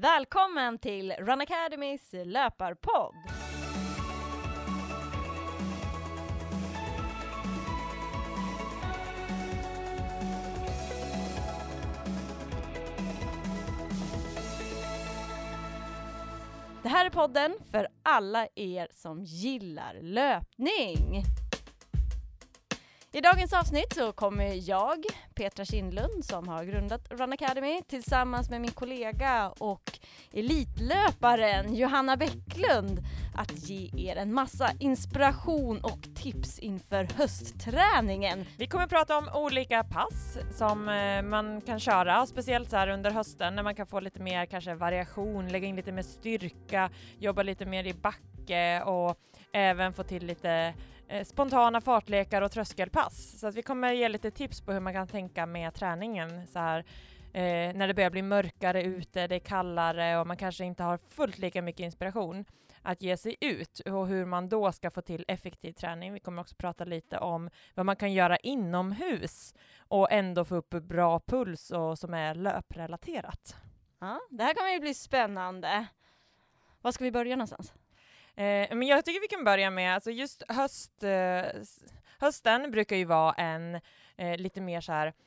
Välkommen till Run Academys löparpodd! Det här är podden för alla er som gillar löpning. I dagens avsnitt så kommer jag, Petra Kindlund, som har grundat Run Academy, tillsammans med min kollega och elitlöparen Johanna Bäcklund att ge er en massa inspiration och tips inför höstträningen. Vi kommer att prata om olika pass som man kan köra, speciellt så här under hösten när man kan få lite mer kanske variation, lägga in lite mer styrka, jobba lite mer i backe och även få till lite spontana fartlekar och tröskelpass. Så att vi kommer ge lite tips på hur man kan tänka med träningen så här när det börjar bli mörkare ute, det är kallare och man kanske inte har fullt lika mycket inspiration att ge sig ut och hur man då ska få till effektiv träning. Vi kommer också prata lite om vad man kan göra inomhus och ändå få upp bra puls och som är löprelaterat. Ja, det här kommer ju bli spännande. Var ska vi börja någonstans? Men jag tycker vi kan börja med, alltså just hösten brukar ju vara en lite mer så här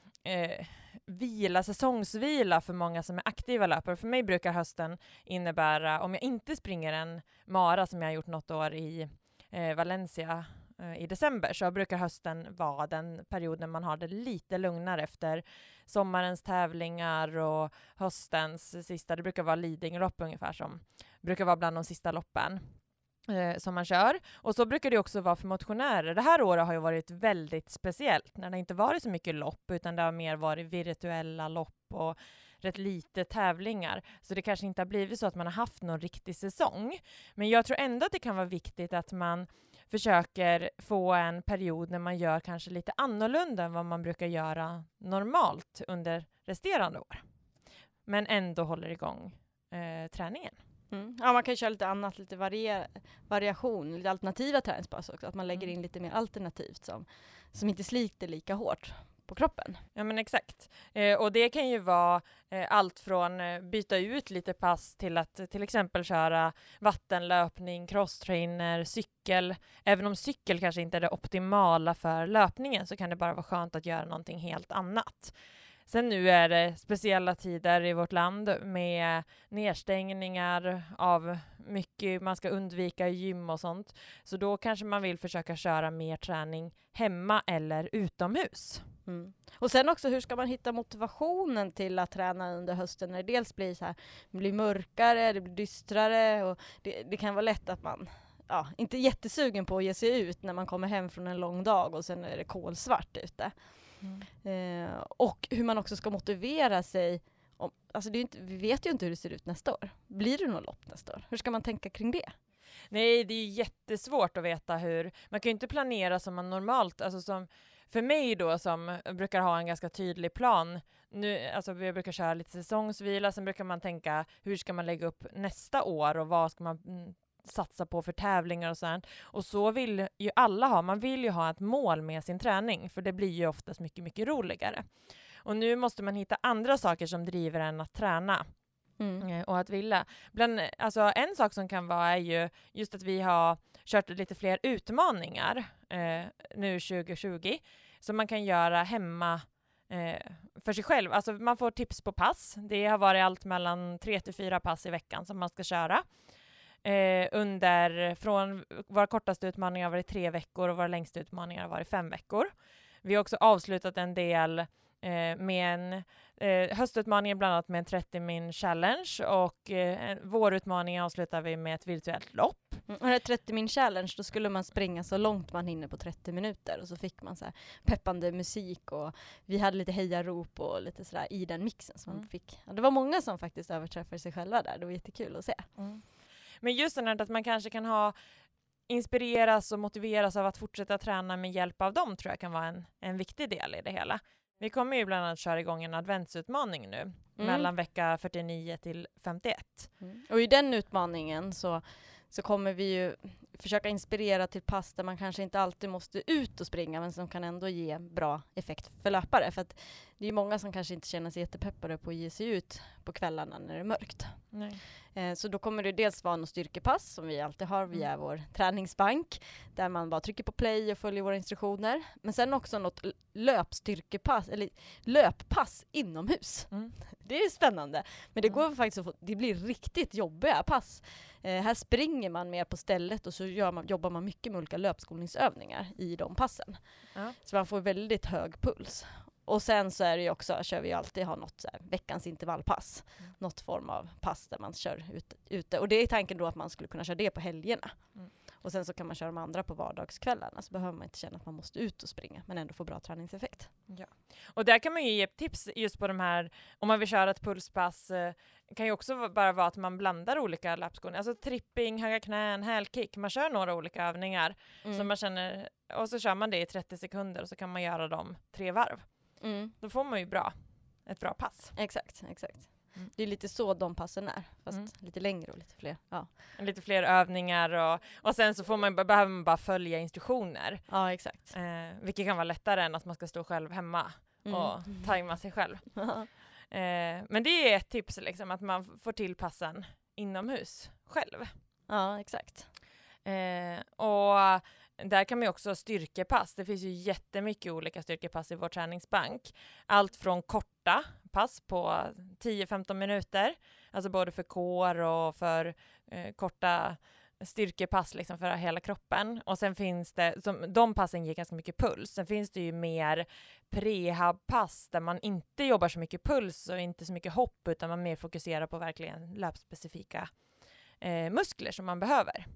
säsongsvila för många som är aktiva löpare. För mig brukar hösten innebära, om jag inte springer en mara som jag har gjort något år i Valencia i december, så brukar hösten vara den perioden man har det lite lugnare efter sommarens tävlingar och höstens sista. Det brukar vara Lidingölopp ungefär som brukar vara bland de sista loppen som man kör. Och så brukar det också vara för motionärer. Det här året har ju varit väldigt speciellt när det inte varit så mycket lopp utan det har mer varit virtuella lopp och rätt lite tävlingar. Så det kanske inte har blivit så att man har haft någon riktig säsong. Men jag tror ändå att det kan vara viktigt att man försöker få en period när man gör kanske lite annorlunda än vad man brukar göra normalt under resterande år. Men ändå håller igång träningen. Ja, man kan ju köra lite annat, lite variation, lite alternativa träningspass också. Att man lägger in lite mer alternativt som inte sliter lika hårt på kroppen. Ja men exakt. Och det kan ju vara allt från byta ut lite pass till att till exempel köra vattenlöpning, crosstrainer, cykel. Även om cykel kanske inte är det optimala för löpningen så kan det bara vara skönt att göra någonting helt annat. Sen nu är det speciella tider i vårt land med nedstängningar av mycket man ska undvika i gym och sånt. Så då kanske man vill försöka köra mer träning hemma eller utomhus. Mm. Och sen också, hur ska man hitta motivationen till att träna under hösten när det dels blir mörkare, det blir dystrare och det kan vara lätt att man inte är jättesugen på att ge sig ut när man kommer hem från en lång dag och sen är det kolsvart ute. Och hur man också ska motivera sig. Vi vet ju inte hur det ser ut nästa år. Blir det något lopp nästa år? Hur ska man tänka kring det? Nej, det är jättesvårt att veta hur. Man kan ju inte planera som man normalt. Alltså som för mig då som brukar ha en ganska tydlig plan. Nu, alltså vi brukar köra lite säsongsvila. Sen brukar man tänka hur ska man lägga upp nästa år och vad ska man satsa på för tävlingar och sånt. Och så vill ju alla ha. Man vill ju ha ett mål med sin träning. För det blir ju oftast mycket, mycket roligare. Och nu måste man hitta andra saker som driver en att träna. Och att vilja. En sak som kan vara är ju just att vi har kört lite fler utmaningar nu 2020. Som man kan göra hemma för sig själv. Alltså man får tips på pass. Det har varit allt mellan 3-4 pass i veckan som man ska köra. Från våra kortaste utmaningar har varit 3 veckor och våra längsta utmaningar har varit 5 veckor. Vi har också avslutat en del med en höstutmaning bland annat med en 30-min challenge och vårutmaning avslutar vi med ett virtuellt lopp. Och det 30-min challenge, då skulle man springa så långt man hinner på 30 minuter och så fick man så här peppande musik och vi hade lite hejarop och lite sådär i den mixen som man fick. Ja, det var många som faktiskt överträffade sig själva där, det var jättekul att se. Men just det här att man kanske kan inspireras och motiveras av att fortsätta träna med hjälp av dem tror jag kan vara en viktig del i det hela. Vi kommer ju bland annat köra igång en adventsutmaning nu mellan vecka 49 till 51. Och i den utmaningen så kommer vi ju försöka inspirera till pass där man kanske inte alltid måste ut och springa men som kan ändå ge bra effekt för löpare. För att det är många som kanske inte känner sig jättepeppade på att ge sig ut på kvällarna när det är mörkt. Nej. Så då kommer det dels vara något styrkepass som vi alltid har via vår träningsbank där man bara trycker på play och följer våra instruktioner. Men sen också något löpstyrkepass eller löppass inomhus. Det är spännande. Men det går faktiskt att få, det blir riktigt jobbiga pass. Här springer man mer på stället och så jobbar man mycket med olika löpskolningsövningar i de passen. Så man får väldigt hög puls. Och sen så är det ju också, kör vi alltid ha något så här, veckans intervallpass. Något form av pass där man kör ute. Och det är tanken då att man skulle kunna köra det på helgerna. Och sen så kan man köra de andra på vardagskvällarna. Så behöver man inte känna att man måste ut och springa. Men ändå få bra träningseffekt. Ja. Och där kan man ju ge tips just på de här, om man vill köra ett pulspass. Kan ju också bara vara att man blandar olika löpskor. Alltså tripping, höga knän, hälkick. Man kör några olika övningar. Som man känner, och så kör man det i 30 sekunder. Och så kan man göra dem 3 varv. Då får man ju ett bra pass. Exakt. Det är lite så de passen är, fast lite längre och lite fler. Ja. Lite fler övningar och sen så behöver man bara följa instruktioner. Ja, exakt. Vilket kan vara lättare än att man ska stå själv hemma och tajma sig själv. Men det är ett tips liksom, att man får till passen inomhus själv. Ja, exakt. Och där kan man ju också styrkepass. Det finns ju jättemycket olika styrkepass i vår träningsbank. Allt från korta pass på 10-15 minuter. Alltså både för core och för korta styrkepass liksom för hela kroppen. Och sen finns det, de passen ger ganska mycket puls. Sen finns det ju mer prehab-pass där man inte jobbar så mycket puls och inte så mycket hopp utan man mer fokuserar på verkligen löpspecifika muskler som man behöver.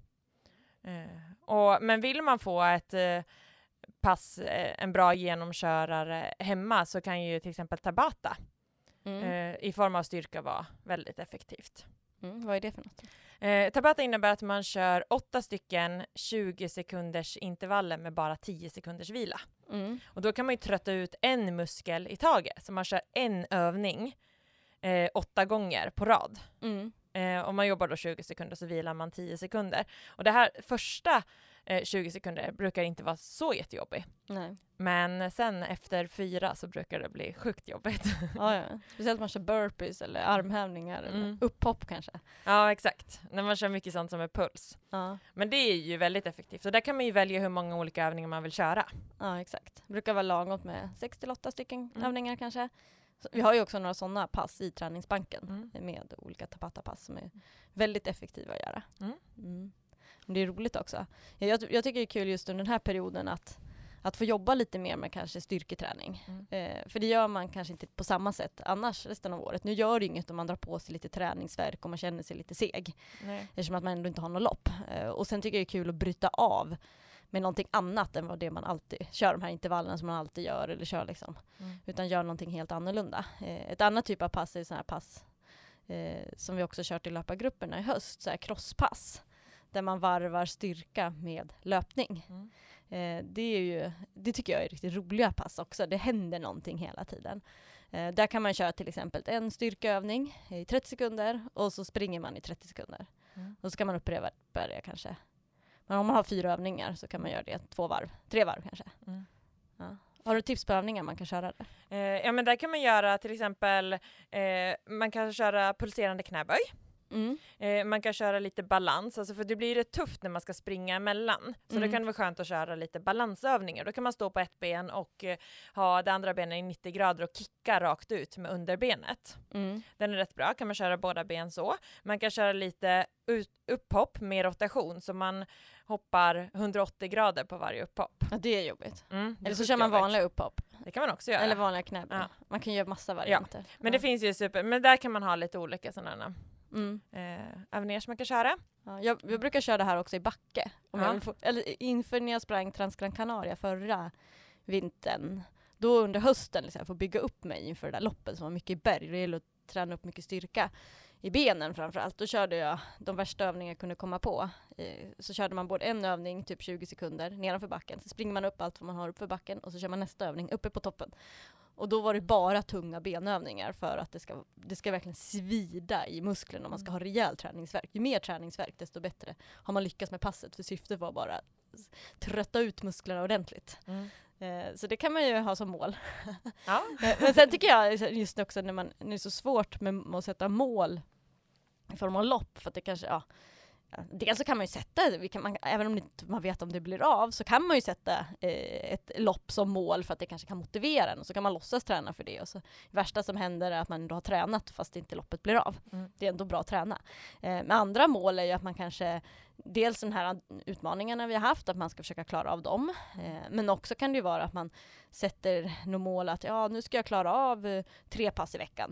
Men vill man få ett pass, en bra genomkörare hemma så kan ju till exempel Tabata i form av styrka vara väldigt effektivt. Vad är det för något? Tabata innebär att man kör 8 stycken 20 sekunders intervaller med bara 10 sekunders vila. Och då kan man ju trötta ut en muskel i taget. Så man kör en övning 8 gånger på rad. Om man jobbar då 20 sekunder så vilar man 10 sekunder. Och det här första 20 sekunder brukar inte vara så jättejobbigt. Nej. Men sen efter 4 så brukar det bli sjukt jobbigt. Ja. Speciellt om man kör burpees eller armhävningar eller upphopp kanske. Ja, exakt. När man kör mycket sånt som är puls. Ja. Men det är ju väldigt effektivt. Så där kan man ju välja hur många olika övningar man vill köra. Ja, exakt. Det brukar vara lagom med 6-8 stycken övningar kanske. Så vi har ju också några sådana pass i träningsbanken med olika Tabata-pass som är väldigt effektiva att göra. Men det är roligt också. Jag tycker det är kul just under den här perioden att få jobba lite mer med kanske styrketräning. För det gör man kanske inte på samma sätt annars resten av året. Nu gör det inget om man drar på sig lite träningsvärk och man känner sig lite seg. Eftersom att man ändå inte har något lopp. Och sen tycker jag det är kul att bryta av med någonting annat än vad det man alltid kör, de här intervallerna som man alltid gör eller kör liksom. Utan gör någonting helt annorlunda. Ett annat typ av pass är sådana här pass som vi också kört i löpargrupperna i höst, så här crosspass där man varvar styrka med löpning. Det tycker jag är riktigt roliga pass också. Det händer någonting hela tiden. Där kan man köra till exempel en styrkeövning i 30 sekunder och så springer man i 30 sekunder. Och så kan man upprepa det kanske. Men om man har 4 övningar så kan man göra det 3 varv kanske. Ja. Har du tips på övningar man kan köra där? Ja, men där kan man göra till exempel, man kan köra pulserande knäböj. Man kan köra lite balans, alltså för det blir rätt tufft när man ska springa emellan. Så det kan vara skönt att köra lite balansövningar. Då kan man stå på ett ben och ha det andra benet i 90 grader och kicka rakt ut med underbenet. Den är rätt bra, kan man köra båda ben så. Man kan köra lite upphopp med rotation så man hoppar 180 grader på varje upphopp. Ja, det är jobbigt. Eller så är kör man vanliga upphopp. Det kan man också göra. Eller vanliga knäböj. Ja. Man kan göra massa varianter. Ja. Men det finns ju men där kan man ha lite olika sådana övningar som man kan köra. Ja, jag brukar köra det här också i backe. Eller inför när jag sprang Transgran Canaria förra vintern. Då under hösten liksom, få bygga upp mig inför det där loppet som var mycket i berg. Det gäller att träna upp mycket styrka i benen framförallt. Då körde jag de värsta övningar jag kunde komma på. Så körde man både en övning, typ 20 sekunder, nedanför backen. Så springer man upp allt vad man har upp för backen och så kör man nästa övning uppe på toppen. Och då var det bara tunga benövningar för att det ska verkligen svida i musklerna om man ska ha rejäl träningsvärk. Ju mer träningsvärk desto bättre har man lyckats med passet, för syftet var bara att trötta ut musklerna ordentligt. Så det kan man ju ha som mål. Ja. Men sen tycker jag just också när det är så svårt med att sätta mål i form av lopp, för att det kanske, dels så kan man ju sätta, även om man vet om det blir av, så kan man ju sätta ett lopp som mål för att det kanske kan motivera en, och så kan man låtsas träna för det, och så det värsta som händer är att man ändå har tränat fast inte loppet blir av. Det är ändå bra att träna. Men andra mål är ju att man kanske, dels de här utmaningarna vi har haft, att man ska försöka klara av dem, men också kan det ju vara att man sätter något mål att nu ska jag klara av 3 pass i veckan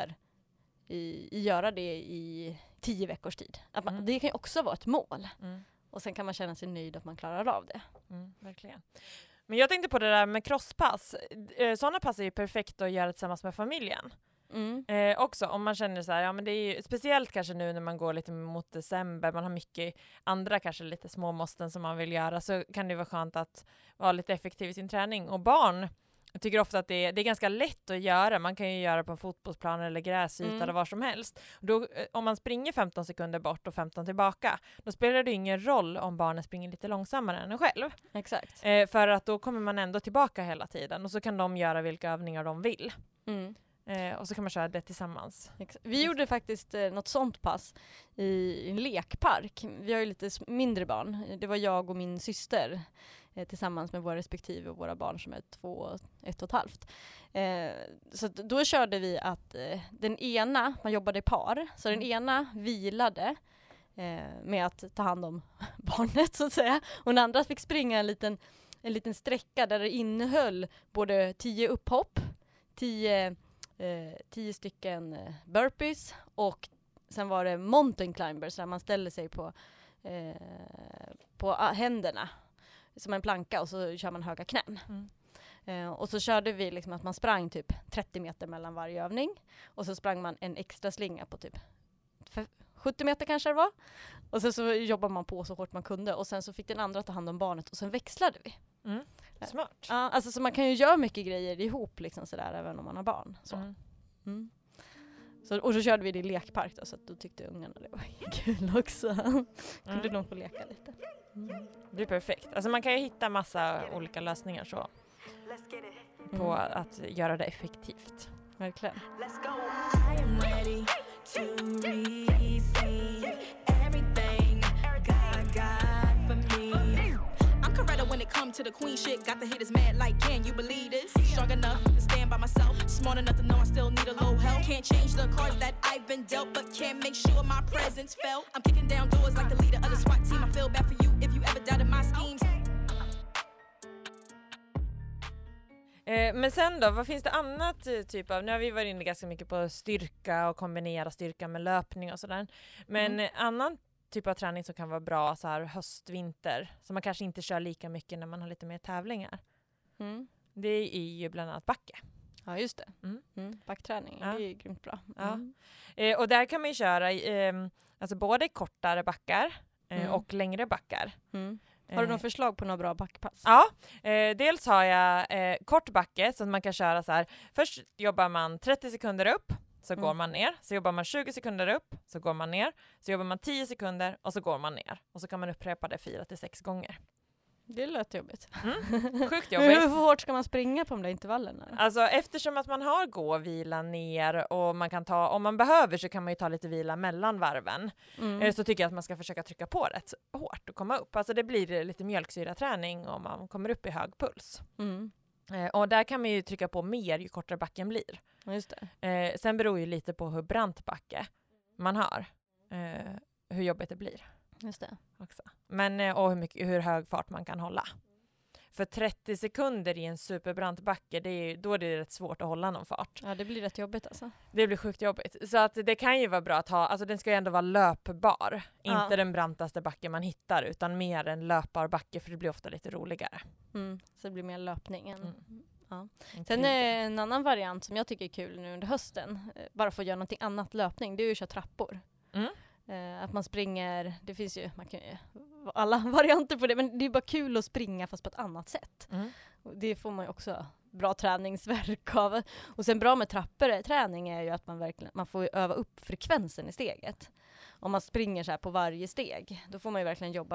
göra det i 10 veckors tid. Det kan ju också vara ett mål. Och sen kan man känna sig nöjd att man klarar av det. Verkligen. Men jag tänkte på det där med crosspass. Sådana pass är ju perfekt att göra tillsammans med familjen. Också om man känner så här, men det är ju speciellt kanske nu när man går lite mot december, man har mycket andra kanske lite små måsten som man vill göra, så kan det vara skönt att vara lite effektiv i sin träning. Och barn, jag tycker ofta att det är ganska lätt att göra. Man kan ju göra på en fotbollsplan eller gräsyta eller var som helst. Då, om man springer 15 sekunder bort och 15 tillbaka, då spelar det ingen roll om barnen springer lite långsammare än en själv. Exakt. För att då kommer man ändå tillbaka hela tiden. Och så kan de göra vilka övningar de vill. Och så kan man köra det tillsammans. Vi gjorde faktiskt något sånt pass i en lekpark. Vi har ju lite mindre barn. Det var jag och min syster tillsammans med våra respektive och våra barn som är 2 och 1,5. Så då körde vi att den ena, man jobbade i par, så den ena vilade med att ta hand om barnet så att säga. Och den andra fick springa en liten sträcka där det innehöll både 10 upphopp, 10 stycken burpees, och sen var det mountain climbers där man ställer sig på händerna som en planka, och så kör man höga knän. Och så körde vi liksom att man sprang typ 30 meter mellan varje övning, och så sprang man en extra slinga på typ 70 meter kanske det var, och sen så jobbade man på så hårt man kunde, och sen så fick den andra ta hand om barnet, och sen växlade vi. Smart. Ja, alltså så man kan ju göra mycket grejer ihop liksom sådär, även om man har barn. Och så körde vi det i lekpark då, så att då tyckte ungarna det var kul också. Kunde de få leka lite. Det är perfekt. Alltså man kan ju hitta massa olika lösningar så på att göra det effektivt. Verkligen. Let's go. I am ready to receive everything God got for me. I'm Coretta when it comes to the queen shit. Got the haters mad like, can you believe this? Strong enough to stand by myself. Smart enough to know I still need a little help. Can't change the cards that I've been dealt, but can make sure my presence felt. I'm kicking down doors like the leader of the SWAT team. I feel bad for you if you ever doubted my schemes. Men sen då, vad finns det annat typ av, nu har vi varit inne ganska mycket på styrka och kombinera styrka med löpning och sådär. Men annan typ av träning som kan vara bra så här höst, vinter, som man kanske inte kör lika mycket när man har lite mer tävlingar. Det är ju bland annat backe. Ja, just det. Backträning, det är ju grymt bra. Och där kan man ju köra alltså både kortare backar och längre backar. Har du någon förslag på några bra backpass? Ja, dels har jag kort backe så att man kan köra så här. Först jobbar man 30 sekunder upp, så går man ner. Så jobbar man 20 sekunder upp, så går man ner. Så jobbar man 10 sekunder och så går man ner. Och så kan man upprepa det 4-6 gånger. Det låter jobbigt. Sjukt jobbigt. Men hur hårt ska man springa på de där intervallerna? Alltså eftersom att man har gå, vila, ner och man kan ta, om man behöver så kan man ju ta lite vila mellan varven. Så tycker jag att man ska försöka trycka på rätt hårt och komma upp. Alltså det blir lite mjölksyraträning om man kommer upp i hög puls. Och där kan man ju trycka på mer ju kortare backen blir. Just det. Sen beror ju lite på hur brant backe man har. Hur jobbigt det blir. Just det. Också. Men och hur hög fart man kan hålla. För 30 sekunder i en superbrant backe, då är det rätt svårt att hålla någon fart. Ja, det blir rätt jobbigt alltså. Det blir sjukt jobbigt. Så att det kan ju vara bra att ha, alltså den ska ju ändå vara löpbar. Inte den brantaste backen man hittar, utan mer en löpbar backe, för det blir ofta lite roligare. Så det blir mer löpning än... Sen en annan variant som jag tycker är kul nu under hösten, bara för att göra någonting annat löpning, det är ju att köra trappor. Att man springer, det finns ju, man kan ju alla varianter på det, men det är bara kul att springa fast på ett annat sätt. Det får man ju också bra träningsverk av. Och sen bra med träning är ju att man får öva upp frekvensen i steget. Om man springer så här på varje steg, då får man ju verkligen jobba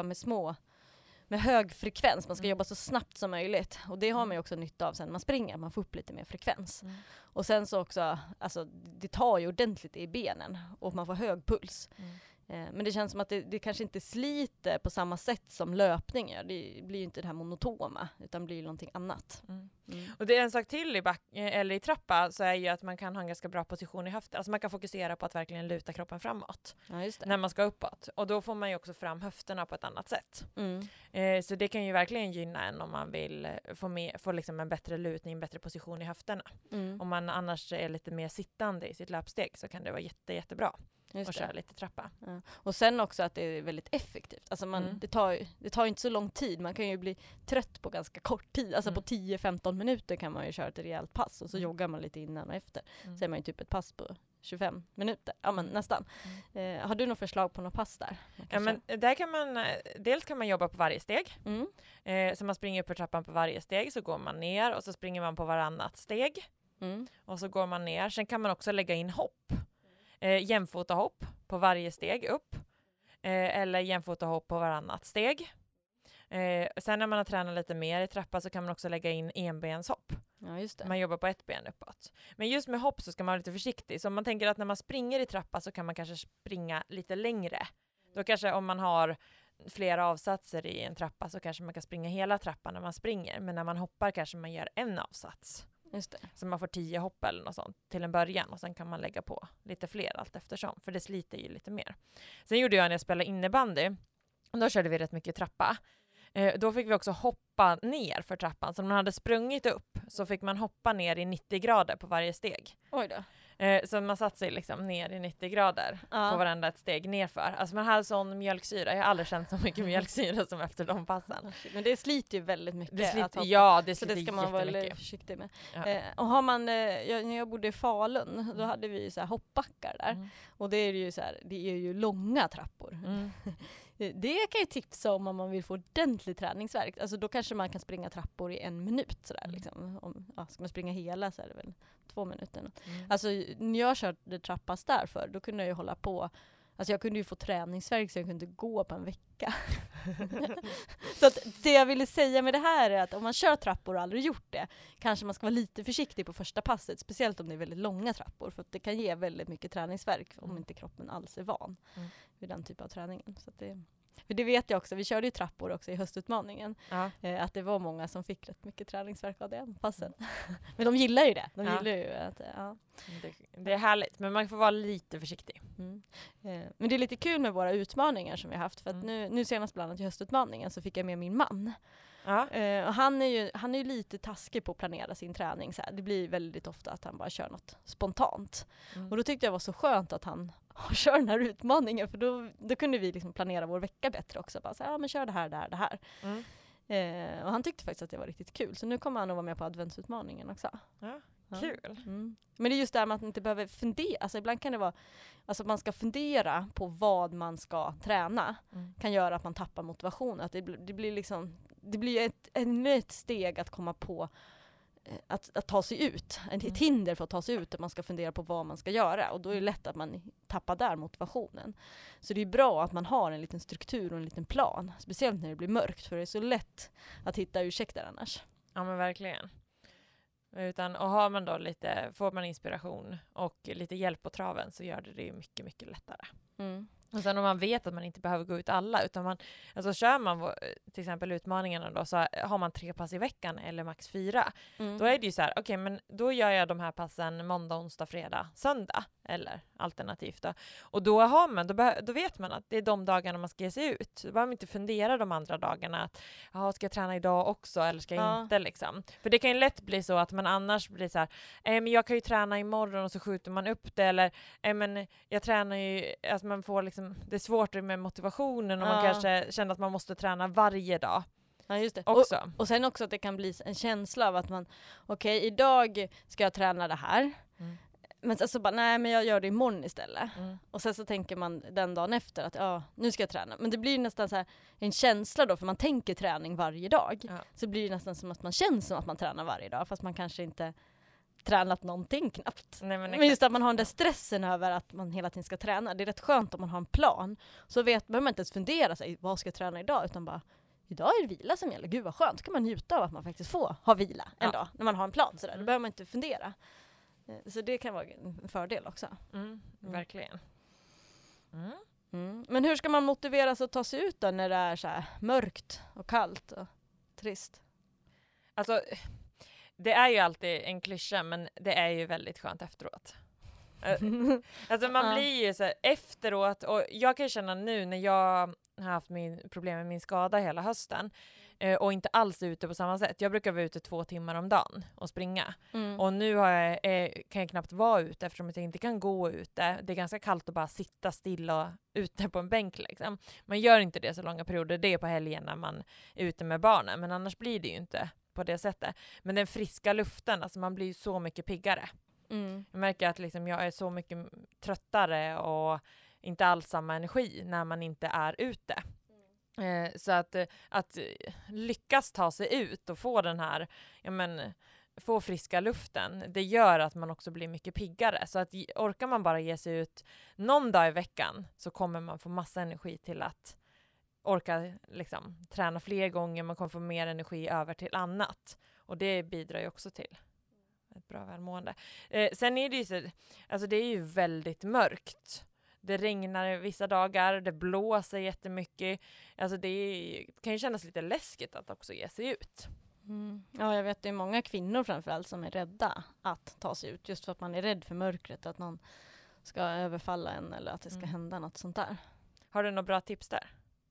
med hög frekvens. Man ska jobba så snabbt som möjligt. Och det har man ju också nytta av sen när man springer. Man får upp lite mer frekvens. Och sen så också, alltså det tar ju ordentligt i benen. Och man får hög puls. Men det känns som att det kanske inte sliter på samma sätt som löpning gör. Det blir ju inte det här monotoma, utan blir någonting annat. Och det är en sak till i trappa, så är ju att man kan ha en ganska bra position i höften. Alltså man kan fokusera på att verkligen luta kroppen framåt när man ska uppåt. Och då får man ju också fram höfterna på ett annat sätt. Så det kan ju verkligen gynna en om man vill få liksom en bättre lutning, en bättre position i höfterna. Om man annars är lite mer sittande i sitt löpsteg så kan det vara jättebra. Och köra lite trappa. Ja. Och sen också att det är väldigt effektivt. Alltså det tar inte så lång tid. Man kan ju bli trött på ganska kort tid. Alltså på 10-15 minuter kan man ju köra ett rejält pass. Och så joggar man lite innan och efter. Så är man ju typ ett pass på 25 minuter. Ja men nästan. Har du något förslag på något pass där? Ja men där kan man, dels kan man jobba på varje steg. Så man springer upp för trappan på varje steg. Så går man ner och så springer man på varannat steg. Och så går man ner. Sen kan man också lägga in hopp. Jämfota hopp på varje steg upp. Eller jämfota hopp på varannat steg. Sen när man har tränat lite mer i trappa så kan man också lägga in enbenshopp. Ja, just det. Man jobbar på ett ben uppåt. Men just med hopp så ska man vara lite försiktig. Så om man tänker att när man springer i trappa så kan man kanske springa lite längre. Då kanske om man har flera avsatser i en trappa så kanske man kan springa hela trappan när man springer. Men när man hoppar kanske man gör en avsats. Just det. Så man får 10 hopp eller något sånt till en början. Och sen kan man lägga på lite fler allt eftersom. För det sliter ju lite mer. Sen gjorde jag när jag spelade innebandy. Då körde vi rätt mycket trappa. Då fick vi också hoppa ner för trappan. Så när man hade sprungit upp så fick man hoppa ner i 90 grader på varje steg. Oj då. Så man satt sig liksom ner i 90 grader på varenda ett steg nerför. Alltså man hade sån mjölksyra. Jag har aldrig känt så mycket mjölksyra som efter de passen. Men det sliter ju väldigt mycket. Det sliter, så det ska man vara väldigt försiktig med. Ja. Och har man, när jag bodde i Falun, då hade vi så här hoppbackar där. Och det är ju så här, det är ju långa trappor. Det kan jag tipsa om man vill få ordentlig träningsvärk. Alltså då kanske man kan springa trappor i 1 minut. Sådär, liksom. Ska man springa hela så är det väl 2 minuter. Alltså när jag körde trappas därför, då kunde jag ju hålla på. Alltså jag kunde ju få träningsvärk så jag kunde gå på en vecka. Så att det jag ville säga med det här är att om man kör trappor och aldrig gjort det, kanske man ska vara lite försiktig på första passet. Speciellt om det är väldigt långa trappor. För att det kan ge väldigt mycket träningsvärk om inte kroppen alls är van vid den typen av träningen. Så att för det vet jag också, vi körde ju trappor också i höstutmaningen. Att det var många som fick rätt mycket träningsvärk av det passen. Men de gillar ju det. De gillar ju att, det är härligt, men man får vara lite försiktig. Men det är lite kul med våra utmaningar som vi har haft. För att nu senast bland annat i höstutmaningen så fick jag med min man. Och han är ju lite taskig på att planera sin träning. Så här. Det blir väldigt ofta att han bara kör något spontant. Och då tyckte jag var så skönt att han kör den här utmaningen. För då kunde vi liksom planera vår vecka bättre också. Bara så här, men kör det här. Och han tyckte faktiskt att det var riktigt kul. Så nu kommer han att vara med på adventsutmaningen också. Kul. Men det är just det här med att man inte behöver fundera. Alltså ibland kan det vara att man ska fundera på vad man ska träna. Kan göra att man tappar motivation. Att det blir ett steg att komma på att ta sig ut. Ett hinder för att ta sig ut. Att man ska fundera på vad man ska göra. Och då är det lätt att man tappar där motivationen. Så det är bra att man har en liten struktur och en liten plan. Speciellt när det blir mörkt. För det är så lätt att hitta ursäkter annars. Ja men verkligen. Och har man då får man inspiration och lite hjälp på traven så gör det ju mycket, mycket lättare. Och sen om man vet att man inte behöver gå ut alla utan kör man till exempel utmaningarna då så har man 3 pass i veckan eller max 4. Då är det ju så här, okej, men då gör jag de här passen måndag, onsdag, fredag, söndag eller alternativt då. Och då vet man att det är de dagarna man ska ge sig ut. Då behöver man inte fundera de andra dagarna att ska jag träna idag också eller ska jag inte liksom. För det kan ju lätt bli så att man annars blir så här, men jag kan ju träna imorgon och så skjuter man upp det eller men jag tränar ju, alltså man får liksom det är svårt med motivationen och man kanske känner att man måste träna varje dag. Ja, just det. Också. Och sen också att det kan bli en känsla av att man idag ska jag träna det här. Men sen så bara, nej men jag gör det imorgon istället. Mm. Och sen så tänker man den dagen efter att nu ska jag träna. Men det blir nästan så här en känsla då, för man tänker träning varje dag. Ja. Så blir det nästan som att man känner som att man tränar varje dag, fast man kanske inte tränat någonting knappt. Nej, Men just att man har den där stressen över att man hela tiden ska träna. Det är rätt skönt om man har en plan. Så behöver man inte ens fundera sig, vad ska jag träna idag? Utan bara, idag är det vila som gäller. Gud vad skönt, så kan man njuta av att man faktiskt får ha vila en dag. När man har en plan sådär. Då behöver man inte fundera. Så det kan vara en fördel också. Verkligen. Men hur ska man motivera sig att ta sig ut då när det är så här mörkt och kallt och trist? Alltså, det är ju alltid en klyscha, men det är ju väldigt skönt efteråt. Alltså man blir ju så här, efteråt, och jag kan känna nu när jag har haft problem med min skada hela hösten och inte alls ute på samma sätt. Jag brukar vara ute 2 timmar om dagen och springa. Och nu kan jag knappt vara ute eftersom jag inte kan gå ute. Det är ganska kallt att bara sitta stilla ute på en bänk liksom. Man gör inte det så långa perioder. Det är på helgen när man är ute med barnen, men annars blir det ju inte på det sättet. Men den friska luften, alltså man blir ju så mycket piggare. Jag märker att liksom jag är så mycket tröttare och inte alls samma energi när man inte är ute. Så att lyckas ta sig ut och få den här, få friska luften, det gör att man också blir mycket piggare. Så att orkar man bara ge sig ut någon dag i veckan, så kommer man få massa energi till att orka liksom träna fler gånger. Man kommer få mer energi över till annat. Och det bidrar ju också till ett bra välmående. Sen är det ju så, alltså det är ju väldigt mörkt. Det regnar vissa dagar, det blåser jättemycket. Alltså kan ju kännas lite läskigt att också ge sig ut. Ja, jag vet det är många kvinnor framförallt som är rädda att ta sig ut. Just för att man är rädd för mörkret, att någon ska överfalla en eller att det ska hända något sånt där. Har du några bra tips där?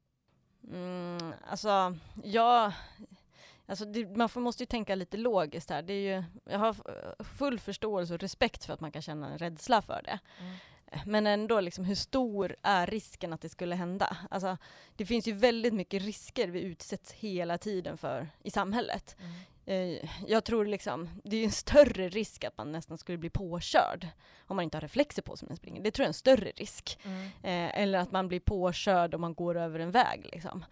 Man måste ju tänka lite logiskt här. Det är ju, jag har full förståelse och respekt för att man kan känna en rädsla för det. Men ändå, liksom, hur stor är risken att det skulle hända? Alltså, det finns ju väldigt mycket risker vi utsätts hela tiden för i samhället. Jag tror liksom, det är en större risk att man nästan skulle bli påkörd om man inte har reflexer på sig när man springer. Det tror jag är en större risk. Eller att man blir påkörd om man går över en väg. Liksom.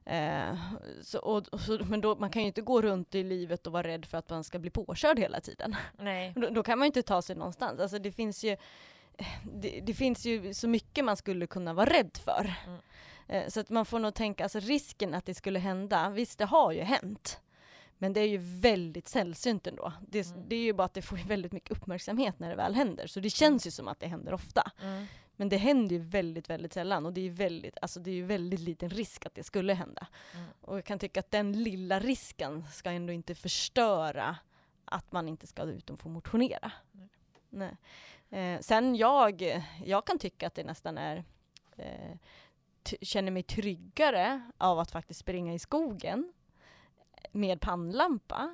Men då, man kan ju inte gå runt i livet och vara rädd för att man ska bli påkörd hela tiden. Nej. Då kan man ju inte ta sig någonstans. Alltså, det finns ju så mycket man skulle kunna vara rädd för. Så att man får nog tänka, alltså risken att det skulle hända, visst det har ju hänt. Men det är ju väldigt sällsynt ändå. Det är ju bara att det får väldigt mycket uppmärksamhet när det väl händer. Så det känns ju som att det händer ofta. Men det händer ju väldigt, väldigt sällan. Och det är ju väldigt liten risk att det skulle hända. Och jag kan tycka att den lilla risken ska ändå inte förstöra att man inte ska ut och få motionera. Nej. Sen jag kan tycka att det nästan är känner mig tryggare av att faktiskt springa i skogen med pannlampa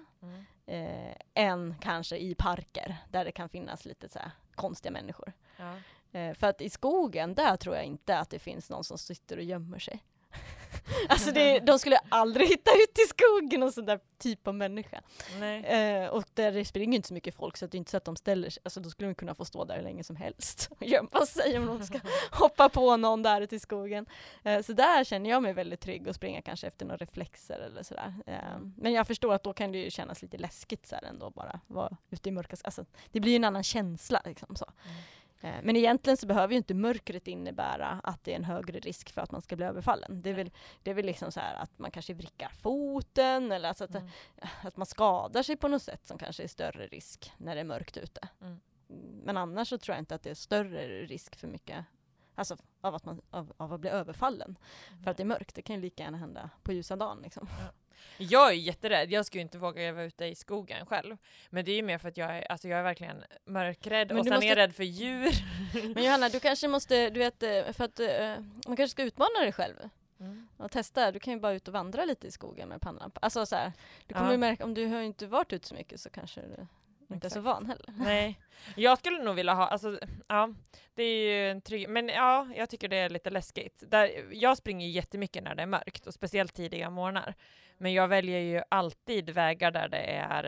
än kanske i parker där det kan finnas lite så här konstiga människor. För att i skogen, där tror jag inte att det finns någon som sitter och gömmer sig. Alltså de skulle aldrig hitta ut i skogen och sån där typ av människa. Och där det springer inte så mycket folk, så att det är inte så att de ställer sig. Alltså då skulle de kunna få stå där hur länge som helst och gömma sig om de ska hoppa på någon där ute i skogen. Så där känner jag mig väldigt trygg och springa kanske efter några reflexer eller sådär. Men jag förstår att då kan det ju kännas lite läskigt så här ändå, bara vara ute i mörka. Alltså, det blir ju en annan känsla liksom så. Men egentligen så behöver ju inte mörkret innebära att det är en högre risk för att man ska bli överfallen. Det är väl liksom så här att man kanske vrickar foten eller alltså att man skadar sig på något sätt som kanske är större risk när det är mörkt ute. Men annars så tror jag inte att det är större risk för mycket, alltså av att bli överfallen för att det är mörkt. Det kan ju lika gärna hända på ljusa dagen liksom. Jag är jätterädd. Jag skulle inte våga vara ute i skogen själv. Men det är ju mer för att jag är verkligen mörkrädd och sen är jag rädd för djur. Men Johanna, du kanske måste, du vet, för att man kanske ska utmana dig själv. Och testa. Du kan ju bara ut och vandra lite i skogen med pannlampa. Alltså så här, du kommer ju märka, om du har inte varit ute så mycket så kanske du inte är så van heller. Nej. Jag skulle nog vilja ha, alltså, ja, det är ju en trygg, men ja, jag tycker det är lite läskigt. Jag springer jättemycket när det är mörkt och speciellt tidiga morgnar. Men jag väljer ju alltid vägar där det är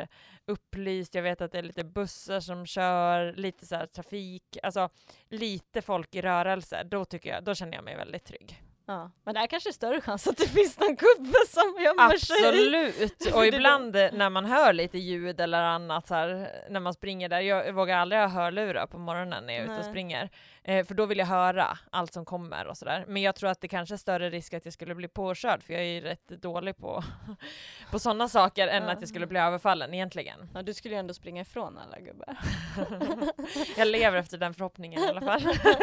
upplyst. Jag vet att det är lite bussar som kör, lite så här trafik, alltså lite folk i rörelse. Då känner jag mig väldigt trygg. Ja, men det är kanske större chans att det finns någon gubbe som gömmer sig. Absolut, och ibland när man hör lite ljud eller annat så här, när man springer där, jag vågar aldrig ha hörlurar på morgonen när jag är ute och springer, för då vill jag höra allt som kommer och sådär. Men jag tror att det kanske är större risk att jag skulle bli påkörd, för jag är ju rätt dålig på sådana saker än att jag skulle bli överfallen egentligen. Ja, du skulle ju ändå springa ifrån alla gubbar. Jag lever efter den förhoppningen i alla fall.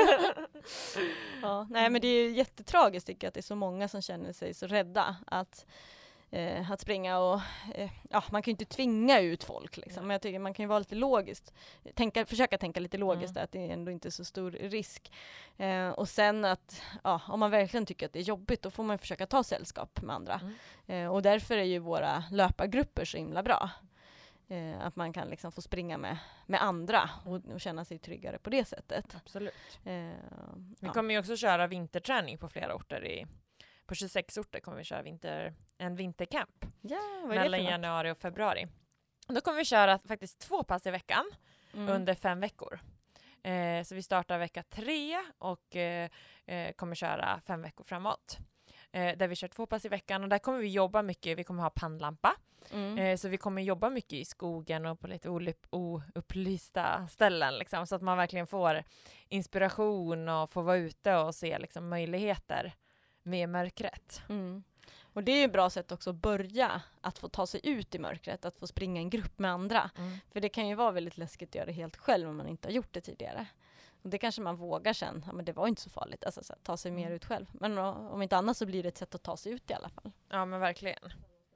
Ja, nej, men det är ju jättetragiskt tycker jag, att det är så många som känner sig så rädda att springa, och man kan ju inte tvinga ut folk liksom. Men jag tycker man kan ju vara lite logiskt, försöka tänka lite logiskt att det är ändå inte så stor risk, och sen att om man verkligen tycker att det är jobbigt, då får man försöka ta sällskap med andra, och därför är ju våra löpargrupper så himla bra. Att man kan liksom få springa med andra och känna sig tryggare på det sättet. Absolut. Vi kommer ju också köra vinterträning på flera orter. På 26 orter kommer vi köra en vintercamp. Ja, mellan januari och februari. Då kommer vi köra faktiskt 2 pass i veckan under 5 veckor. Så vi startar vecka 3 och kommer köra 5 veckor framåt. Där vi kör 2 pass i veckan, och där kommer vi jobba mycket. Vi kommer ha pannlampa. Så vi kommer jobba mycket i skogen och på lite oupplysta ställen liksom, så att man verkligen får inspiration och får vara ute och se liksom möjligheter med mörkret. Och det är ju ett bra sätt också att börja att få ta sig ut i mörkret, att få springa en grupp med andra. För det kan ju vara väldigt läskigt att göra det helt själv om man inte har gjort det tidigare. Och det kanske man vågar sen, men det var inte så farligt, alltså så ta sig mer ut själv. Men om inte annat så blir det ett sätt att ta sig ut i alla fall. Ja, men verkligen.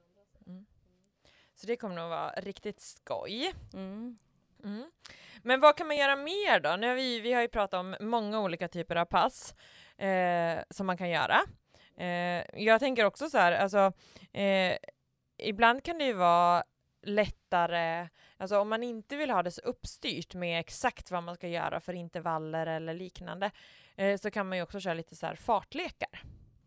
Så det kommer nog vara riktigt skoj. Men vad kan man göra mer då? Nu har vi har ju pratat om många olika typer av pass som man kan göra. Jag tänker också så här, alltså ibland kan det ju vara lättare, alltså om man inte vill ha det så uppstyrt med exakt vad man ska göra för intervaller eller liknande, så kan man ju också köra lite så här fartlekar.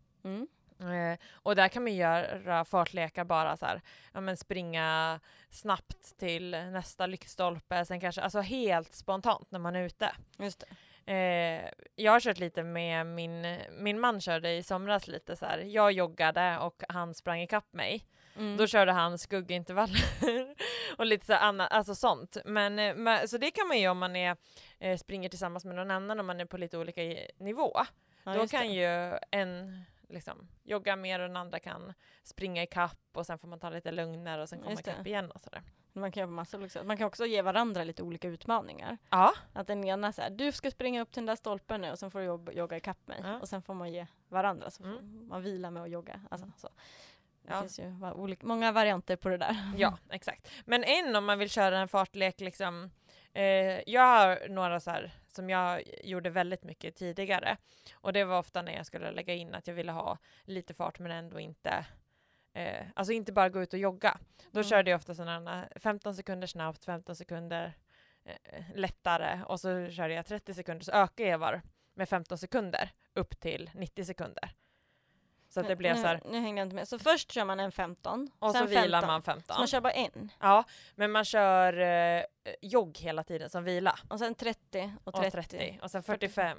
Och där kan man göra fartlekar bara så här, springa snabbt till nästa lyktstolpe, sen kanske, alltså helt spontant när man är ute. Just det. Jag har kört lite med min man, körde i somras lite så här. Jag joggade och han sprang ikapp mig. Då körde han skuggintervaller och lite så annat, alltså sånt. Men så det kan man ju om man springer tillsammans med någon annan, om man är på lite olika nivå. Ja, då kan ju en liksom jogga mer och den andra kan springa ikapp, och sen får man ta lite lugnare och sen komma ikapp igen och sådär. Man kan göra massa olika. Man kan också ge varandra lite olika utmaningar. Ja. Att den ena så här, du ska springa upp till den där stolpen nu och sen får du jogga ikapp mig. Och sen får man ge varandra, så får man vila med att jogga. Alltså, så. Det finns ju många varianter på det där. Ja, exakt. Men om man vill köra en fartlek liksom, jag har några så här som jag gjorde väldigt mycket tidigare, och det var ofta när jag skulle lägga in att jag ville ha lite fart men ändå inte alltså inte bara gå ut och jogga. Då körde jag ofta sådana 15 sekunder snabbt, 15 sekunder lättare, och så körde jag 30 sekunder, så ökade jag var med 15 sekunder upp till 90 sekunder. Så att det blev så här. Nu hänger jag inte med. Så först kör man en 15. Och sen så vilar man 15. Så man kör bara en. Ja, men man kör jogg hela tiden som vila. Och sen 30 och 30. Och sen 45.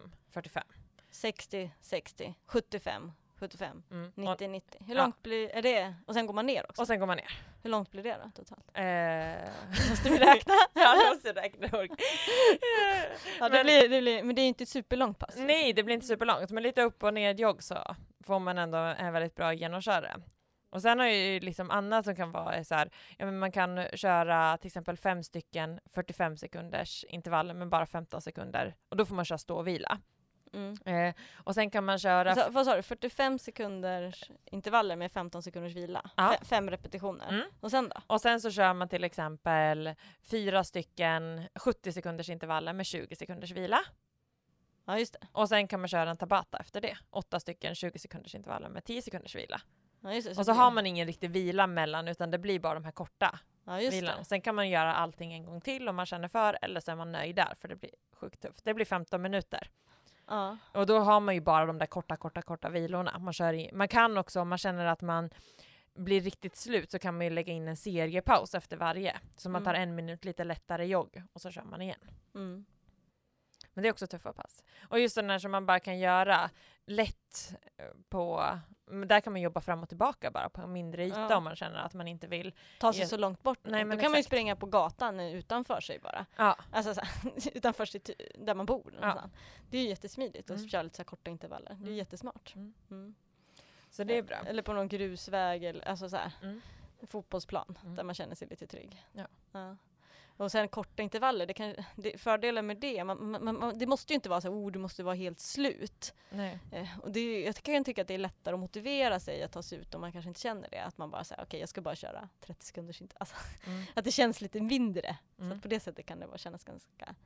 60, 75. 90, 90. Hur långt blir det? Och sen går man ner också. Och sen går man ner. Hur långt blir det då totalt? Måste vi räkna? Ja, det måste räkna. Ja, det blir, men det är inte ett superlångt pass. Nej, det blir inte superlångt. Men lite upp och ner jogg så får man ändå en väldigt bra genomköra. Och sen har ju liksom annat som kan vara så här, ja, men man kan köra till exempel 5 stycken 45 sekunders intervaller med bara 15 sekunder. Och då får man köra stå och vila. Och sen kan man köra... Så, vad sa du? 45 sekunders intervaller med 15 sekunders vila. Ja. 5 repetitioner. Och sen då? Och sen så kör man till exempel 4 stycken 70 sekunders intervaller med 20 sekunders vila. Ja, just det. Och sen kan man köra en tabata efter det. 8 stycken 20 sekunders intervaller med 10 sekunders vila. Ja, just det. Och så har man ingen riktig vila mellan, utan det blir bara de här korta vilan. Sen kan man göra allting en gång till om man känner för, eller så är man nöjd där, för det blir sjukt tufft. Det blir 15 minuter. Ja. Och då har man ju bara de där korta vilorna. Man kan också, om man känner att man blir riktigt slut så kan man ju lägga in en seriepaus efter varje. Så man tar 1 minut lite lättare jogg och så kör man igen. Mm. Men det är också tuffa pass. Och just den här som man bara kan göra lätt på... Där kan man jobba fram och tillbaka bara på en mindre yta om man känner att man inte vill... Ta sig så långt bort. Nej, men då kan man ju springa på gatan utanför sig bara. Ja. Alltså så här, utanför sig där man bor. Ja. Det är ju jättesmidigt att köra lite så här korta intervaller. Det är jättesmart. Så det är bra. Eller på någon grusväg eller alltså så här, en fotbollsplan där man känner sig lite trygg. Ja. Och sen korta intervaller, fördelen med det, det måste ju inte vara så du måste vara helt slut. Nej. Och jag kan tycka att det är lättare att motivera sig att ta sig ut om man kanske inte känner det. Att man bara säger okej, jag ska bara köra 30 sekunders intervall. Alltså, att det känns lite mindre. Så att på det sättet kan det kännas ganska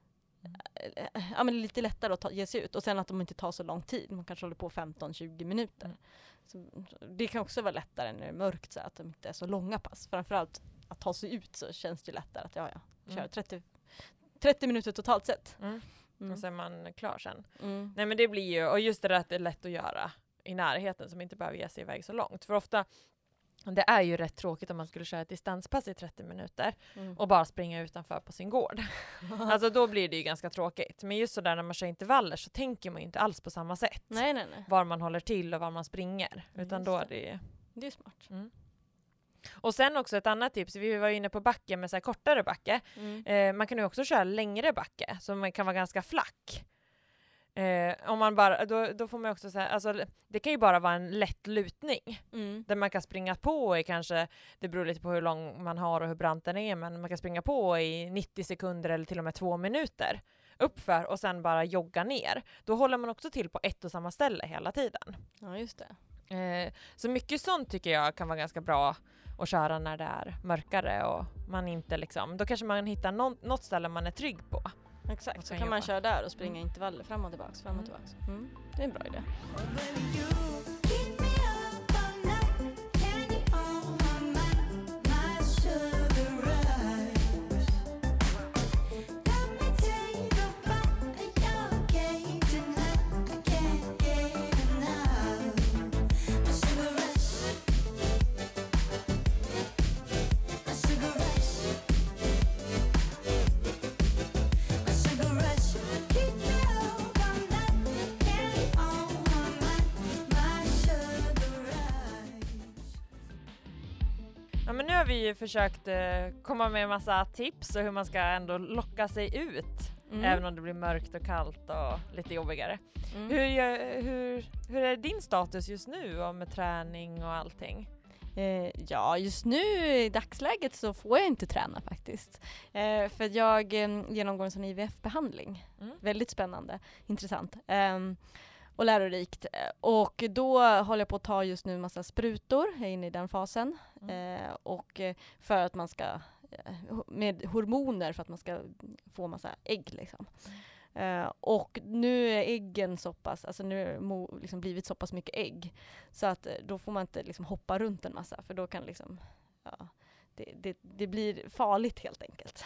men lite lättare att ge sig ut. Och sen att de inte tar så lång tid. Man kanske håller på 15-20 minuter. Så det kan också vara lättare när det är mörkt så att de inte är så långa pass. Framförallt att ta sig ut så känns det lättare att jag kör 30 minuter totalt sett. Och sen är man klar sen. Nej men det blir ju, och just det där att det är lätt att göra i närheten som inte behöver ge sig iväg så långt. För ofta, det är ju rätt tråkigt om man skulle köra ett distanspass i 30 minuter och bara springa utanför på sin gård. Alltså då blir det ju ganska tråkigt. Men just så där när man kör intervaller så tänker man ju inte alls på samma sätt. Nej. Var man håller till och var man springer. Utan då är det... Det är smart. Och sen också ett annat tips, vi var inne på backe med så här kortare backe. Man kan ju också köra längre backe som kan vara ganska flack. Om man bara, då får man också säga, alltså det kan ju bara vara en lätt lutning där man kan springa på i kanske, det beror lite på hur lång man har och hur brant den är, men man kan springa på i 90 sekunder eller till och med 2 minuter uppför och sen bara jogga ner. Då håller man också till på ett och samma ställe hela tiden. Ja, just det. Så mycket sånt tycker jag kan vara ganska bra att köra när det är mörkare och man inte liksom, då kanske man hittar något ställe man är trygg på. Exakt, så kan man köra där och springa intervaller fram och tillbaka. Det är en bra idé. Ja, men nu har vi ju försökt komma med en massa tips och hur man ska ändå locka sig ut. Även om det blir mörkt och kallt och lite jobbigare. Hur är din status just nu och med träning och allting? Ja, just nu i dagsläget så får jag inte träna faktiskt. För jag genomgår en sån IVF-behandling. Väldigt spännande, intressant. Och lärorikt. Och då håller jag på att ta just nu en massa sprutor. Jag är inne i den fasen. Och för att man ska, med hormoner för att man ska få massa ägg liksom. Och nu är äggen så pass, alltså nu är det liksom blivit så pass mycket ägg. Så att då får man inte liksom hoppa runt en massa. För då kan liksom, det blir farligt helt enkelt.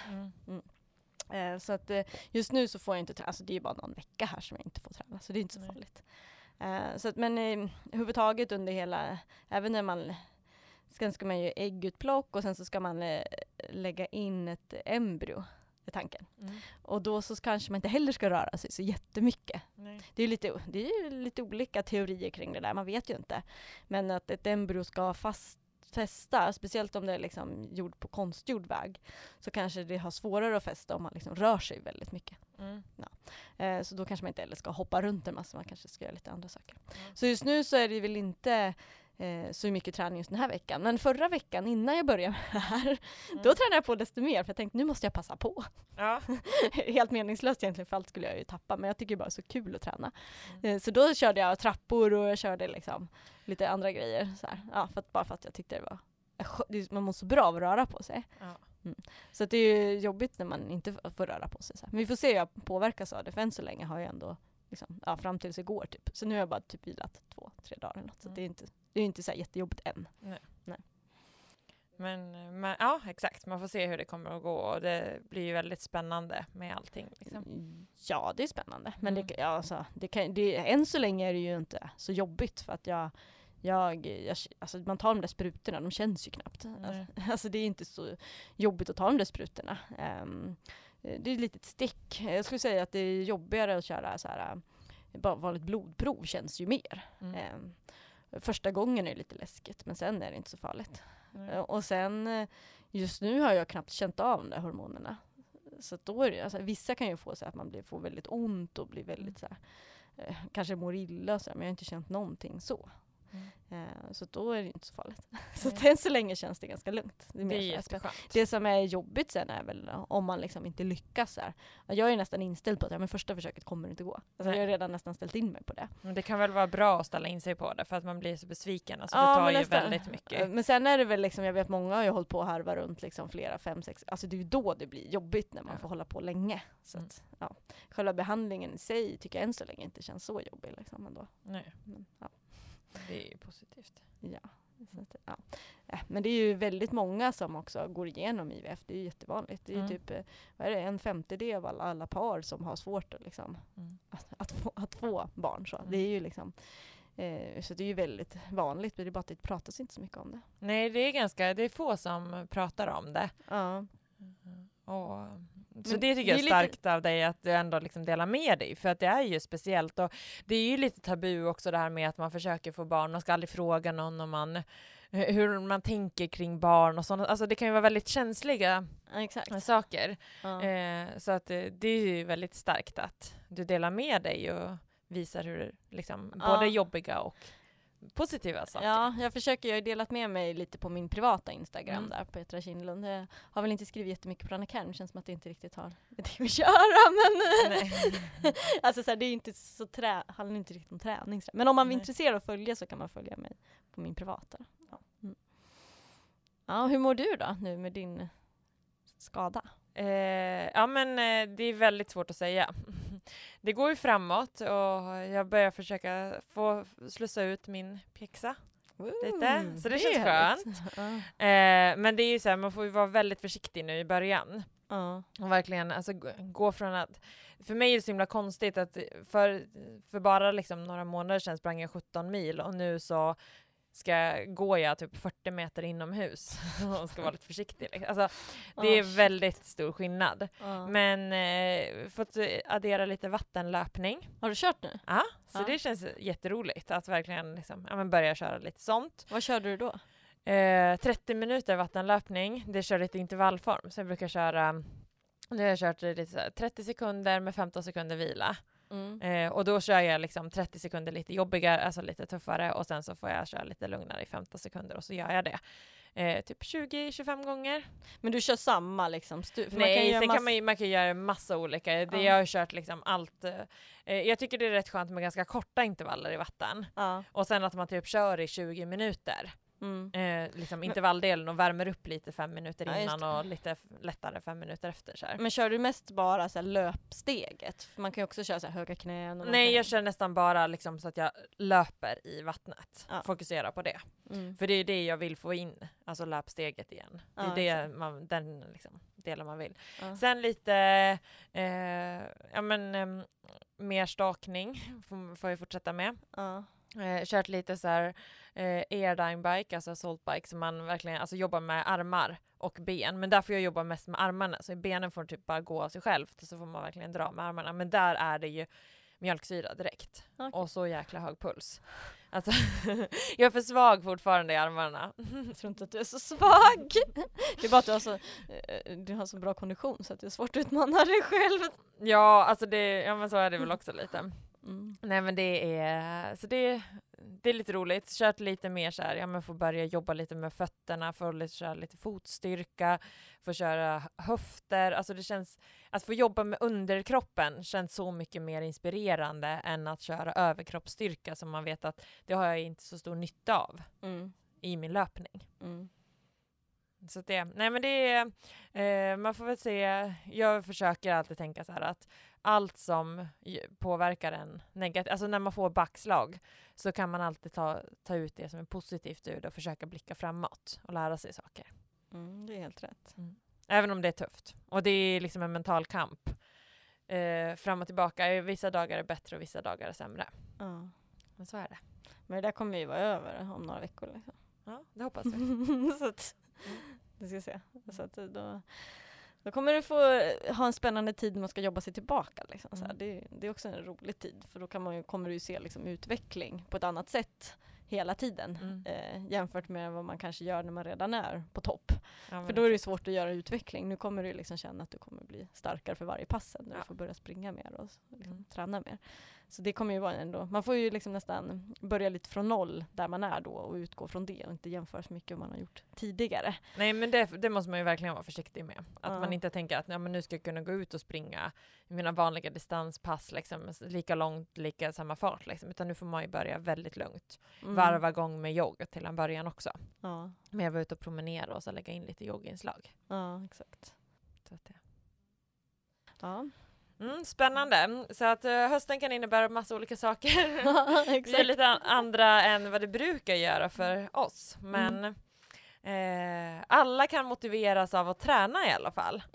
Så att just nu så får jag inte träna, alltså det är ju bara någon vecka här som jag inte får träna, så det är inte så farligt. Så att, men överhuvudtaget under hela, även när man ska man ju äggutplock och sen så ska man lägga in ett embryo i tanken. Och då så kanske man inte heller ska röra sig så jättemycket. Det är lite olika teorier kring det där, man vet ju inte. Men att ett embryo ska fästa, speciellt om det är liksom gjord på konstgjord väg, så kanske det har svårare att fästa om man liksom rör sig väldigt mycket. Så då kanske man inte heller ska hoppa runt en massa, man kanske ska göra lite andra saker. Så just nu så är det väl inte så mycket träning just den här veckan. Men förra veckan innan jag började med det här, då tränade jag på desto mer, för jag tänkte nu måste jag passa på. Helt meningslöst egentligen, för allt skulle jag ju tappa, men jag tycker bara så kul att träna. Så då körde jag trappor och jag körde liksom lite andra grejer så här. Ja, bara för att jag tyckte det var, man mår så bra av att röra på sig. Så att det är ju jobbigt när man inte får röra på sig så här. Men vi får se hur jag påverkas av det, för än så länge har jag ändå liksom, fram tills igår typ. Så nu har jag bara typ vilat 2-3 dagar eller något, så det är inte så här jättejobbigt än. Nej. Men ja, exakt. Man får se hur det kommer att gå, och det blir ju väldigt spännande med allting. Liksom. Ja, det är spännande. Men än så länge är det ju inte så jobbigt, för att alltså man tar de där sprutorna, de känns ju knappt. Alltså det är inte så jobbigt att ta de där sprutorna. Det är ett litet stick. Jag skulle säga att det är jobbigare att köra så här, bara vanligt blodprov känns ju mer. Första gången är det lite läskigt, men sen är det inte så farligt. Och sen, just nu har jag knappt känt av de där hormonerna. Så att då är det, alltså, vissa kan ju få så att man får väldigt ont och blir väldigt så här, kanske mår illa, så här, men jag har inte känt någonting så. Så då är det inte så farligt. Så än så länge känns det ganska lugnt. Det är jätteskönt. Det som är jobbigt sen är väl om man liksom inte lyckas här. Jag är nästan inställd på att men första försöket kommer inte gå. Alltså jag har redan nästan ställt in mig på det. Men det kan väl vara bra att ställa in sig på det för att man blir så besviken. Alltså det tar ju väldigt mycket. Men sen är det väl liksom, jag vet många har ju hållit på att harva runt liksom flera, 5-6. Alltså det är ju då det blir jobbigt när man får hålla på länge. Så att, själva behandlingen i sig tycker jag än så länge inte känns så jobbig liksom ändå. Nej. Det är ju positivt. Ja. Så att, men det är ju väldigt många som också går igenom IVF. Det är ju jättevanligt. Det är ju typ, vad är det, 1/5 av alla par som har svårt att, liksom, att få barn. Så. Det är ju liksom, så det är ju väldigt vanligt. Men det är bara att det pratas inte så mycket om det. Nej, det är få som pratar om det. Ja. Så det tycker jag är starkt av dig att du ändå liksom delar med dig. För att det är ju speciellt. Och det är ju lite tabu också det här med att man försöker få barn. Man ska aldrig fråga någon om hur man tänker kring barn och sånt. Alltså det kan ju vara väldigt känsliga saker. Så att det är ju väldigt starkt att du delar med dig och visar hur liksom, både jobbiga och positiva saker. Ja, jag har delat med mig lite på min privata Instagram där, Petra Kindlund. Jag har väl inte skrivit jättemycket på Anna. Det känns som att det inte riktigt har det att göra, men alltså så här, det är inte så handlar inte riktigt om träning. Men om man är intresserad av att följa så kan man följa mig på min privata. Ja, hur mår du då nu med din skada? Men det är väldigt svårt att säga. Det går ju framåt och jag börjar försöka få slussa ut min pjäxa lite. Så det känns skönt. Men det är ju så här, man får ju vara väldigt försiktig nu i början. Och verkligen alltså, gå från att... För mig är det så himla konstigt att för bara liksom några månader sedan sprang jag 17 mil och nu så går jag typ 40 meter inomhus och ska vara lite försiktig. Alltså, det är väldigt stor skillnad. Men fått addera lite vattenlöpning. Har du kört nu? Ja, så det känns jätteroligt att verkligen liksom, börja köra lite sånt. Vad körde du då? 30 minuter vattenlöpning. Det kör lite intervallform. Så jag brukar köra, nu har jag kört lite så här, 30 sekunder med 15 sekunder vila. Och då kör jag liksom 30 sekunder lite jobbigare, alltså lite tuffare, och sen så får jag köra lite lugnare i 15 sekunder och så gör jag det. Typ 20-25 gånger. Men du kör samma liksom? Nej, man kan göra massa olika. Jag har kört liksom allt. Jag tycker det är rätt skönt med ganska korta intervaller i vatten. Och sen att man typ kör i 20 minuter. Liksom intervalldelen och värmer upp lite 5 minuter innan och lite lättare 5 minuter efter. Så här. Men kör du mest bara så här löpsteget? För man kan ju också köra så här höga knän. Och nej, jag kör nästan bara liksom så att jag löper i vattnet. Fokusera på det. För det är det jag vill få in, alltså löpsteget igen. Det är den liksom, delen man vill. Sen lite mer stakning får jag fortsätta med. Kört lite så här airdyne bike, alltså saltbike, som man verkligen alltså jobbar med armar och ben, men där får jag jobba mest med armarna, så benen får typ bara gå av sig självt och så får man verkligen dra med armarna, men där är det ju mjölksyra direkt och så jäkla hög puls. Alltså, jag är för svag fortfarande i armarna. Jag tror inte att du är så svag. Det är bara att du har så bra kondition så att det är svårt att utmana dig själv. Ja, alltså men så är det väl också lite. Nej, men det är lite roligt. Kört lite mer så här, får börja jobba lite med fötterna, få köra lite fotstyrka, få köra höfter. Alltså det känns, att få jobba med underkroppen känns så mycket mer inspirerande än att köra överkroppsstyrka, som man vet att det har jag inte så stor nytta av i min löpning. Så man får väl se, jag försöker alltid tänka så här att allt som påverkar en negativt, alltså när man får backslag, så kan man alltid ta ut det som är positivt ur det och försöka blicka framåt och lära sig saker. Det är helt rätt. Även om det är tufft. Och det är liksom en mental kamp. Fram och tillbaka. Vissa dagar är bättre och vissa dagar är sämre. Men så är det. Men det där kommer ju vara över om några veckor. Liksom. Ja, det hoppas vi. Så att, det ska jag se. Så att då kommer du få ha en spännande tid när man ska jobba sig tillbaka. Liksom. Så här, det är också en rolig tid. För då kommer du ju se liksom, utveckling på ett annat sätt hela tiden. Jämfört med vad man kanske gör när man redan är på topp. Ja, för då är det svårt att göra utveckling. Nu kommer du liksom känna att du kommer bli starkare för varje pass. När du får börja springa mer och liksom, träna mer. Så det kommer ju vara ändå. Man får ju liksom nästan börja lite från noll där man är då och utgå från det och inte jämföra så mycket vad man har gjort tidigare. Nej, men det måste man ju verkligen vara försiktig med. Att man inte tänker att men nu ska jag kunna gå ut och springa mina vanliga distanspass liksom, lika långt, lika samma fart. Liksom. Utan nu får man ju börja väldigt lugnt. Varva gång med jogg till en början också. Ja. Men jag var ute och promenera och så lägga in lite jogginslag. Ja, exakt. Så att det. Ja. Spännande. Så att hösten kan innebära massa olika saker. Exakt. Det är lite andra än vad det brukar göra för oss. Men alla kan motiveras av att träna i alla fall.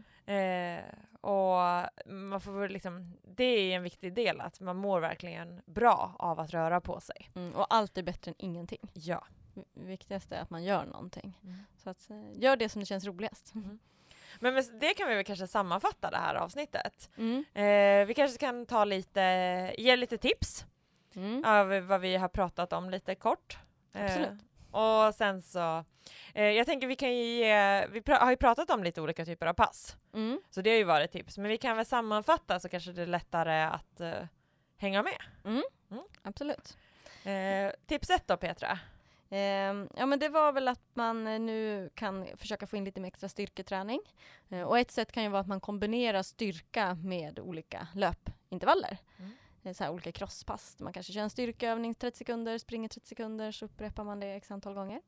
Och man får liksom, det är en viktig del att man mår verkligen bra av att röra på sig. Och allt är bättre än ingenting. Ja. Viktigast är att man gör någonting. Så att gör det som det känns roligast. Men med det kan vi väl kanske sammanfatta det här avsnittet. Vi kanske kan ta ge lite tips av vad vi har pratat om lite kort. Absolut. Och sen så, jag tänker vi kan vi har ju pratat om lite olika typer av pass. Så det har ju varit tips. Men vi kan väl sammanfatta så kanske det är lättare att hänga med. Absolut. Tips 1 då, Petra? Ja, men det var väl att man nu kan försöka få in lite mer extra styrketräning. Och ett sätt kan ju vara att man kombinerar styrka med olika löpintervaller. Så här olika crosspass. Man kanske kör en styrkeövning 30 sekunder, springer 30 sekunder, så upprepar man det x antal gånger.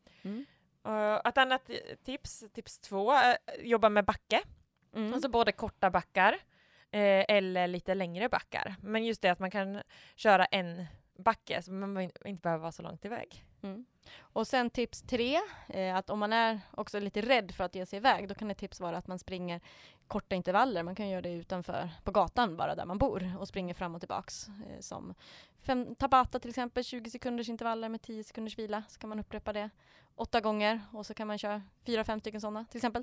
Ett annat tips 2, jobba med backe. Alltså både korta backar eller lite längre backar. Men just det att man kan köra en backe så man inte behöver vara så långt iväg. Och sen tips 3, att om man är också lite rädd för att ge sig iväg, då kan ett tips vara att man springer korta intervaller. Man kan göra det utanför på gatan bara där man bor och springer fram och tillbaks. Som Tabata till exempel, 20 sekunders intervaller med 10 sekunders vila. Så kan man upprepa det 8 gånger och så kan man köra 4-5 stycken sådana till exempel.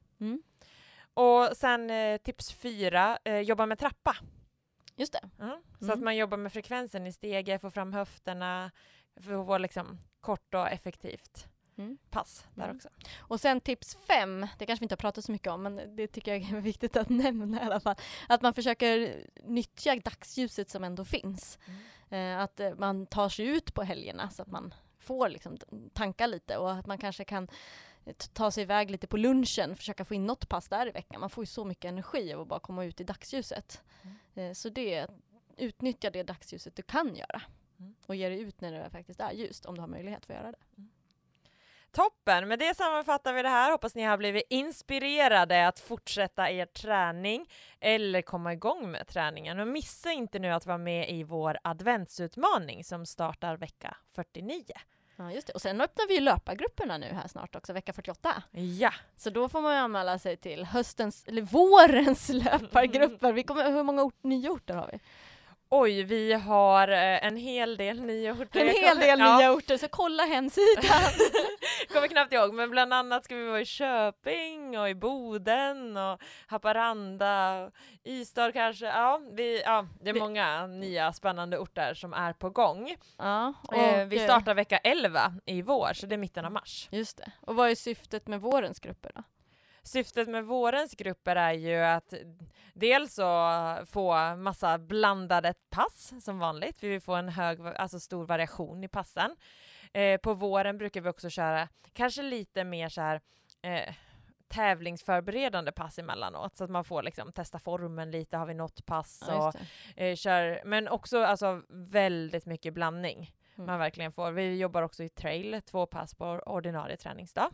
Och sen tips 4, jobba med trappa. Just det. Så att man jobbar med frekvensen i steget, får fram höfterna, för att få liksom kort och effektivt pass där också. Och sen tips 5, det kanske vi inte har pratat så mycket om, men det tycker jag är viktigt att nämna i alla fall. Att man försöker nyttja dagsljuset som ändå finns. Att man tar sig ut på helgerna så att man får liksom tanka lite och att man kanske kan ta sig iväg lite på lunchen, försöka få in något pass där i veckan. Man får ju så mycket energi av att bara komma ut i dagsljuset. Så utnyttja det dagsljuset du kan göra. Och ge dig ut när det faktiskt är ljust, om du har möjlighet att göra det. Toppen! Med det sammanfattar vi det här. Hoppas ni har blivit inspirerade att fortsätta er träning eller komma igång med träningen. Och missa inte nu att vara med i vår adventsutmaning som startar vecka 49. Ja, just det. Och sen öppnar vi ju löpargrupperna nu här snart också, vecka 48. Ja. Så då får man ju anmäla sig till vårens löpargrupper. Hur många nya orter har vi? Oj, vi har en hel del nya orter. Nya orter, så kolla hemsidan. Kommer knappt ihåg, men bland annat ska vi vara i Köping och i Boden och Haparanda, och Ystad kanske. Det är många nya spännande orter som är på gång. Ja, vi startar vecka 11 i vår, så det är mitten av mars. Just det. Och vad är syftet med vårens grupper då? Syftet med vårens grupper är ju att dels så få massa blandade pass som vanligt. Vi vill få en stor variation i passen. På våren brukar vi också köra kanske lite mer så här tävlingsförberedande pass emellanåt, så att man får liksom testa formen lite, har vi något pass och men också alltså väldigt mycket blandning. Man verkligen får. Vi jobbar också i trail, 2 pass på ordinarie träningsdag.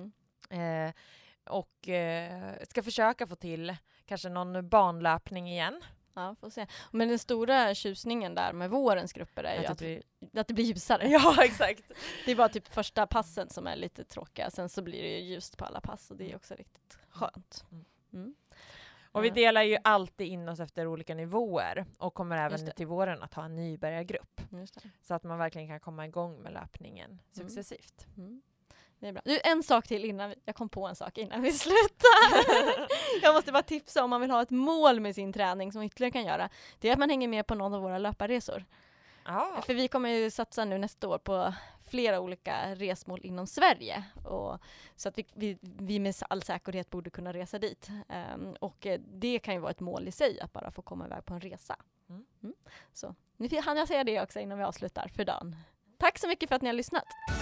Och ska försöka få till kanske någon banlöpning igen. Ja, får se. Men den stora tjusningen där med vårens grupper är ju att det blir ljusare. Ja, exakt. Det är bara typ första passen som är lite tråkiga. Sen så blir det ju ljust på alla pass och det är också riktigt skönt. Och vi delar ju alltid in oss efter olika nivåer och kommer Just även det. till våren att ha en nybörjargrupp. Just det. Så att man verkligen kan komma igång med löpningen successivt. Mm. Det är bra. Du, en sak till innan jag kom på en sak innan vi slutar. Jag måste bara tipsa om man vill ha ett mål med sin träning som ytterligare kan göra. Det är att man hänger med på någon av våra löparresor. Ja. För vi kommer ju satsa nu nästa år på flera olika resmål inom Sverige. Så att vi med all säkerhet borde kunna resa dit. Och det kan ju vara ett mål i sig att bara få komma iväg på en resa. Så nu hann jag säga det också innan vi avslutar för dagen. Tack så mycket för att ni har lyssnat.